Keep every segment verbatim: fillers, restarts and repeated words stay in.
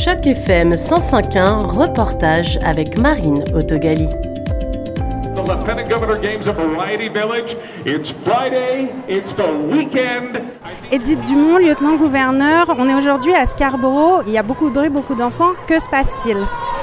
Choc F M cent cinq point un, reportage avec Marine Autogali. The Lieutenant Governor Games at Variety Village. It's Friday, it's the weekend. Edith Dumont, lieutenant-gouverneur, on est aujourd'hui à Scarborough, il y a beaucoup de bruit, beaucoup d'enfants, que se passe-t-il?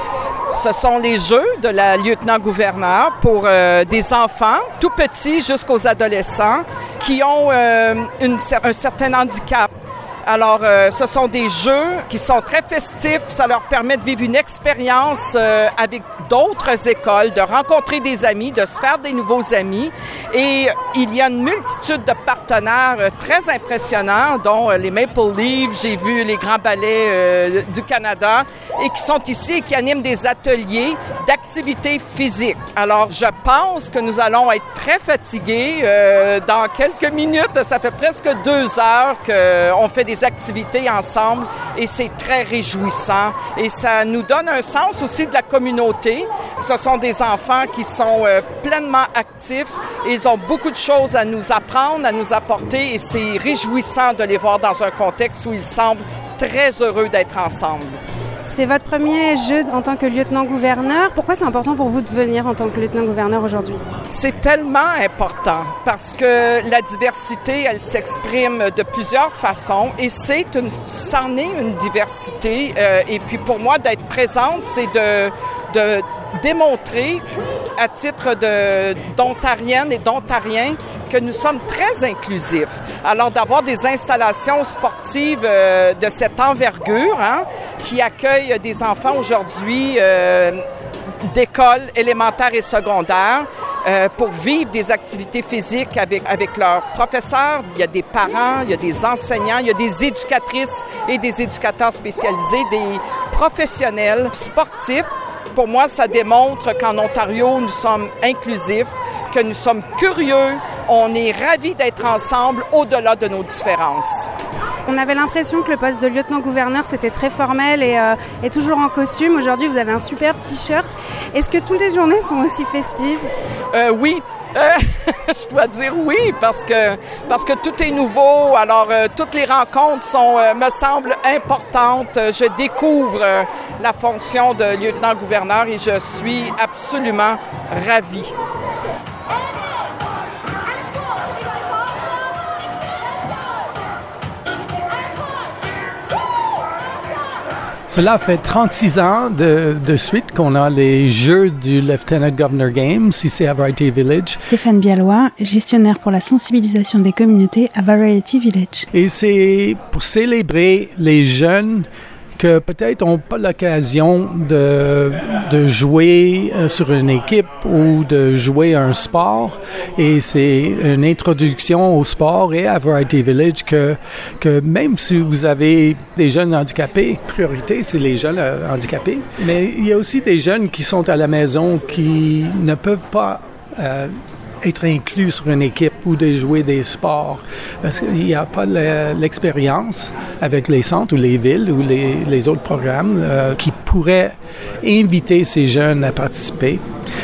Ce sont les jeux de la lieutenant-gouverneur pour euh, des enfants, tout petits jusqu'aux adolescents, qui ont euh, une, un certain handicap. Alors, euh, ce sont des jeux qui sont très festifs. Ça leur permet de vivre une expérience euh, avec d'autres écoles, de rencontrer des amis, de se faire des nouveaux amis. Et il y a une multitude de partenaires euh, très impressionnants, dont euh, les Maple Leafs, j'ai vu les Grands Ballets euh, du Canada, et qui sont ici et qui animent des ateliers d'activités physiques. Alors, je pense que nous allons être très fatigués euh, dans quelques minutes. Ça fait presque deux heures qu'on fait des activités ensemble et c'est très réjouissant. Et ça nous donne un sens aussi de la communauté. Ce sont des enfants qui sont euh, pleinement actifs et ils ont beaucoup de choses à nous apprendre, à nous apporter et c'est réjouissant de les voir dans un contexte où ils semblent très heureux d'être ensemble. C'est votre premier jeu en tant que lieutenant-gouverneur. Pourquoi c'est important pour vous de venir en tant que lieutenant-gouverneur aujourd'hui? C'est tellement important parce que la diversité, elle s'exprime de plusieurs façons et c'est une, c'en est une diversité. Euh, et puis pour moi, d'être présente, c'est de, de démontrer à titre de, d'Ontarienne et d'Ontarien que nous sommes très inclusifs. Alors d'avoir des installations sportives euh, de cette envergure, hein, qui accueillent des enfants aujourd'hui euh, d'écoles élémentaires et secondaires euh, pour vivre des activités physiques avec, avec leurs professeurs. Il y a des parents, il y a des enseignants, il y a des éducatrices et des éducateurs spécialisés, des professionnels sportifs. Pour moi, ça démontre qu'en Ontario, nous sommes inclusifs, que nous sommes curieux, on est ravis d'être ensemble au-delà de nos différences. On avait l'impression que le poste de lieutenant-gouverneur, c'était très formel et, euh, et toujours en costume. Aujourd'hui, vous avez un superbe t-shirt. Est-ce que toutes les journées sont aussi festives? Euh, oui. Euh, je dois dire oui, parce que parce que tout est nouveau. Alors, euh, toutes les rencontres sont, euh, me semblent importantes. Je découvre euh, la fonction de lieutenant-gouverneur et je suis absolument ravie. Cela fait trente-six ans de, de suite qu'on a les Jeux du Lieutenant Governor Games ici à Variety Village. Stéphane Bialois, gestionnaire pour la sensibilisation des communautés à Variety Village. Et c'est pour célébrer les jeunes que peut-être n'ont pas l'occasion de, de jouer sur une équipe ou de jouer un sport. Et c'est une introduction au sport et à Variety Village que, que même si vous avez des jeunes handicapés, priorité, c'est les jeunes handicapés. Mais il y a aussi des jeunes qui sont à la maison qui ne peuvent pas euh, être inclus sur une équipe ou de jouer des sports. Parce qu'il n'y a pas l'expérience avec les centres ou les villes ou les, les autres programmes euh, qui pourraient inviter ces jeunes à participer.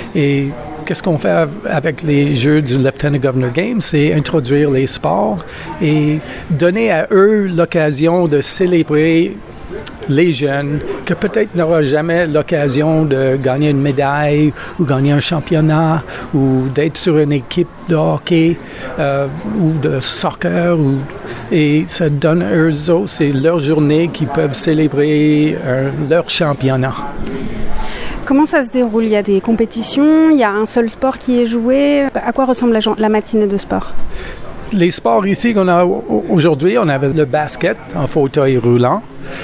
Et qu'est-ce qu'on fait avec les Jeux du Lieutenant Governor Games? C'est introduire les sports et donner à eux l'occasion de célébrer les jeunes que peut-être n'auront jamais l'occasion de gagner une médaille ou gagner un championnat ou d'être sur une équipe de hockey euh, ou de soccer. Ou, et ça donne à eux autres, c'est leur journée qu'ils peuvent célébrer euh, leur championnat. Comment ça se déroule? Il y a des compétitions, il y a un seul sport qui est joué. À quoi ressemble la, la matinée de sport? Les sports ici qu'on a aujourd'hui, on avait le basket en fauteuil roulant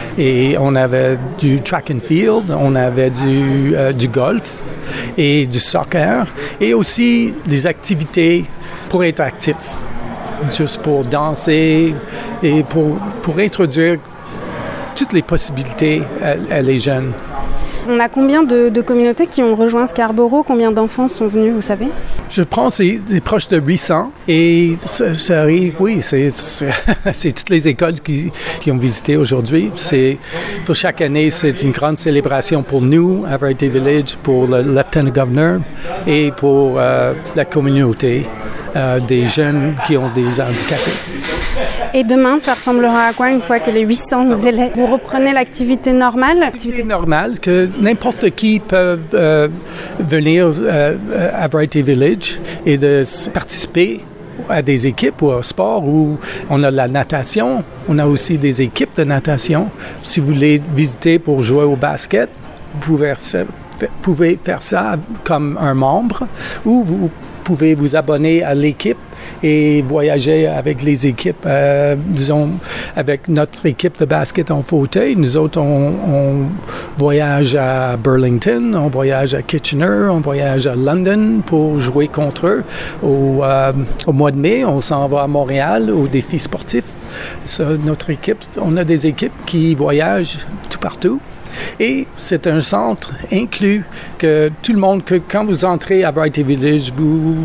et on avait du track and field, on avait du, euh, du golf et du soccer et aussi des activités pour être actif, juste pour danser et pour, pour introduire toutes les possibilités à, à les jeunes. On a combien de, de communautés qui ont rejoint Scarborough? Combien d'enfants sont venus, vous savez? Je pense que c'est, c'est proche de huit cents. Et ça, ça arrive, oui, c'est, c'est, c'est toutes les écoles qui, qui ont visité aujourd'hui. C'est, pour chaque année, c'est une grande célébration pour nous, à Variety Village, pour le Lieutenant Governor et pour euh, la communauté euh, des jeunes qui ont des handicapés. Et demain, ça ressemblera à quoi une fois que les huit cents élèves, vous reprenez l'activité normale? L'activité normale, que n'importe qui peut euh, venir euh, à Variety Village et de participer à des équipes ou au sport où on a la natation, on a aussi des équipes de natation. Si vous voulez visiter pour jouer au basket, vous pouvez faire ça, pouvez faire ça comme un membre ou vous pouvez vous abonner à l'équipe et voyager avec les équipes, euh, disons, avec notre équipe de basket en fauteuil. Nous autres, on, on voyage à Burlington, on voyage à Kitchener, on voyage à London pour jouer contre eux. Au, euh, au mois de mai, on s'en va à Montréal au défi sportif. Ça, notre équipe, on a des équipes qui voyagent tout partout. Et c'est un centre inclus que tout le monde, que quand vous entrez à Variety Village, vous,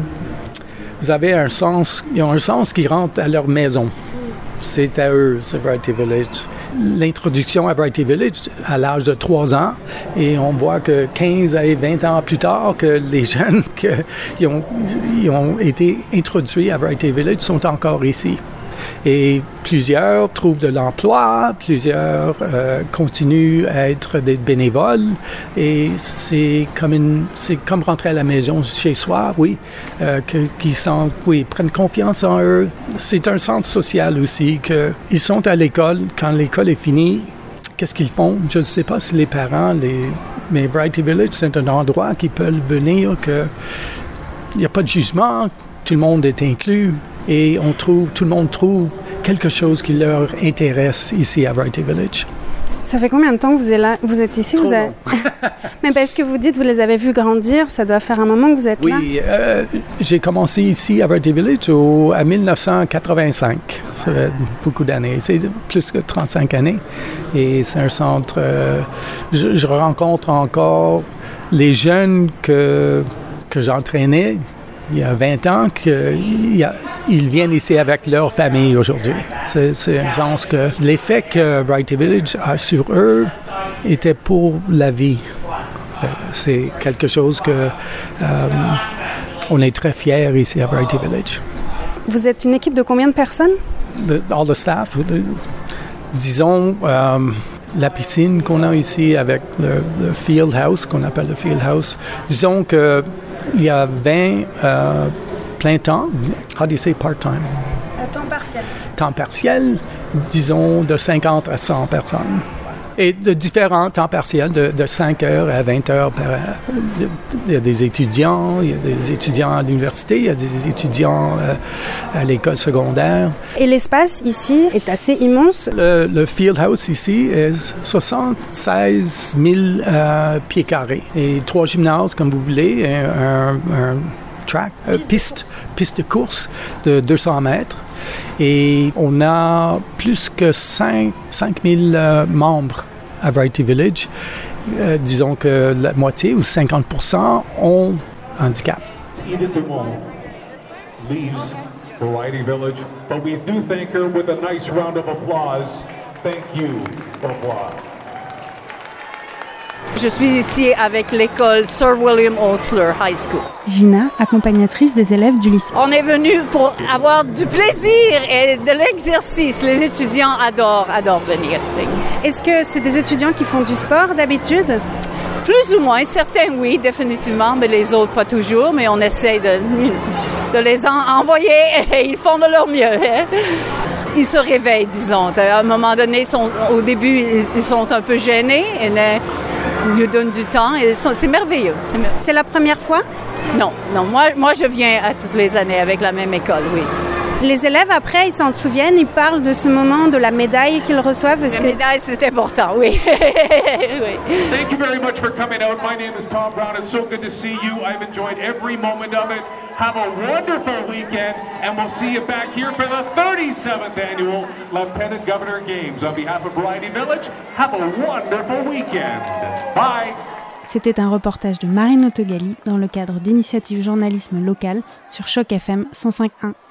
vous avez un sens, ils ont un sens qui rentre à leur maison. C'est à eux, c'est Variety Village. L'introduction à Variety Village à l'âge de trois ans, et on voit que quinze à vingt ans plus tard, que les jeunes qui ont, ils ont été introduits à Variety Village sont encore ici. Et plusieurs trouvent de l'emploi, plusieurs euh, continuent à être des bénévoles, et c'est comme une, c'est comme rentrer à la maison chez soi, oui, euh, que, qui sentent, oui, prennent confiance en eux. C'est un centre social aussi, que ils sont à l'école. Quand l'école est finie, qu'est-ce qu'ils font? Je ne sais pas si les parents, les, mais Variety Village, c'est un endroit qui peut venir, que il n'y a pas de jugement, tout le monde est inclus. Et on trouve, tout le monde trouve quelque chose qui leur intéresse ici à Variety Village. Ça fait combien de temps que vous êtes là? Vous êtes ici? Trop vous avez... Mais parce que vous dites, vous les avez vus grandir, ça doit faire un moment que vous êtes oui, là. Oui, euh, j'ai commencé ici à Variety Village au, à dix-neuf cent quatre-vingt-cinq. Ça fait beaucoup d'années. C'est plus que trente-cinq années. Et c'est un centre... Euh, je, je rencontre encore les jeunes que, que j'entraînais il y a vingt ans, qu'ils viennent ici avec leur famille aujourd'hui. C'est, c'est un sens que l'effet que Variety Village a sur eux était pour la vie. C'est quelque chose que euh, on est très fiers ici à Variety Village. Vous êtes une équipe de combien de personnes? The, all the staff, the, disons... Euh, la piscine qu'on a ici avec le, le field house, qu'on appelle le field house, disons que il y a vingt euh, plein temps. How do you say part-time? À temps partiel. Temps partiel, disons de cinquante à cent personnes. Et de différents temps partiels, de, de cinq heures à vingt heures par an. Il y a des étudiants, il y a des étudiants à l'université, il y a des étudiants euh, à l'école secondaire. Et l'espace ici est assez immense. Le, le field house ici est soixante-seize mille euh, pieds carrés. Et trois gymnases, comme vous voulez, un, un track, euh, piste, piste de course de deux cents mètres. Et on a plus que cinq mille euh, membres à Variety Village. Euh, disons que la moitié ou cinquante pour cent ont handicap. Edith Dumont leaves Variety Village, but we do thank her with a nice round of applause. Thank you. Au revoir. Je suis ici avec l'école Sir William Osler High School. Gina, accompagnatrice des élèves du lycée. On est venu pour avoir du plaisir et de l'exercice. Les étudiants adorent, adorent venir. Est-ce que c'est des étudiants qui font du sport d'habitude? Plus ou moins. Certains, oui, définitivement, mais les autres, pas toujours. Mais on essaie de, de les en envoyer et ils font de leur mieux. Ils se réveillent, disons. À un moment donné, sont, au début, ils sont un peu gênés. Et ils nous donnent du temps. Et c'est merveilleux. C'est, merveilleux. C'est la première fois? Non, non. Moi, moi, je viens à toutes les années avec la même école, oui. Les élèves, après, ils s'en souviennent, ils parlent de ce moment, de la médaille qu'ils reçoivent. La que... médaille, c'est important, oui. oui. Thank you very much for coming out. My name is Tom Brown. It's so good to see you. I've enjoyed every moment of it. Have a wonderful weekend, and we'll see you back here for the thirty-seventh Annual Lieutenant Governor Games. On behalf of Variety Village, have a wonderful weekend. Bye. C'était un reportage de Marine Otogali dans le cadre d'Initiative Journalisme Local sur Choc F M cent cinq point un.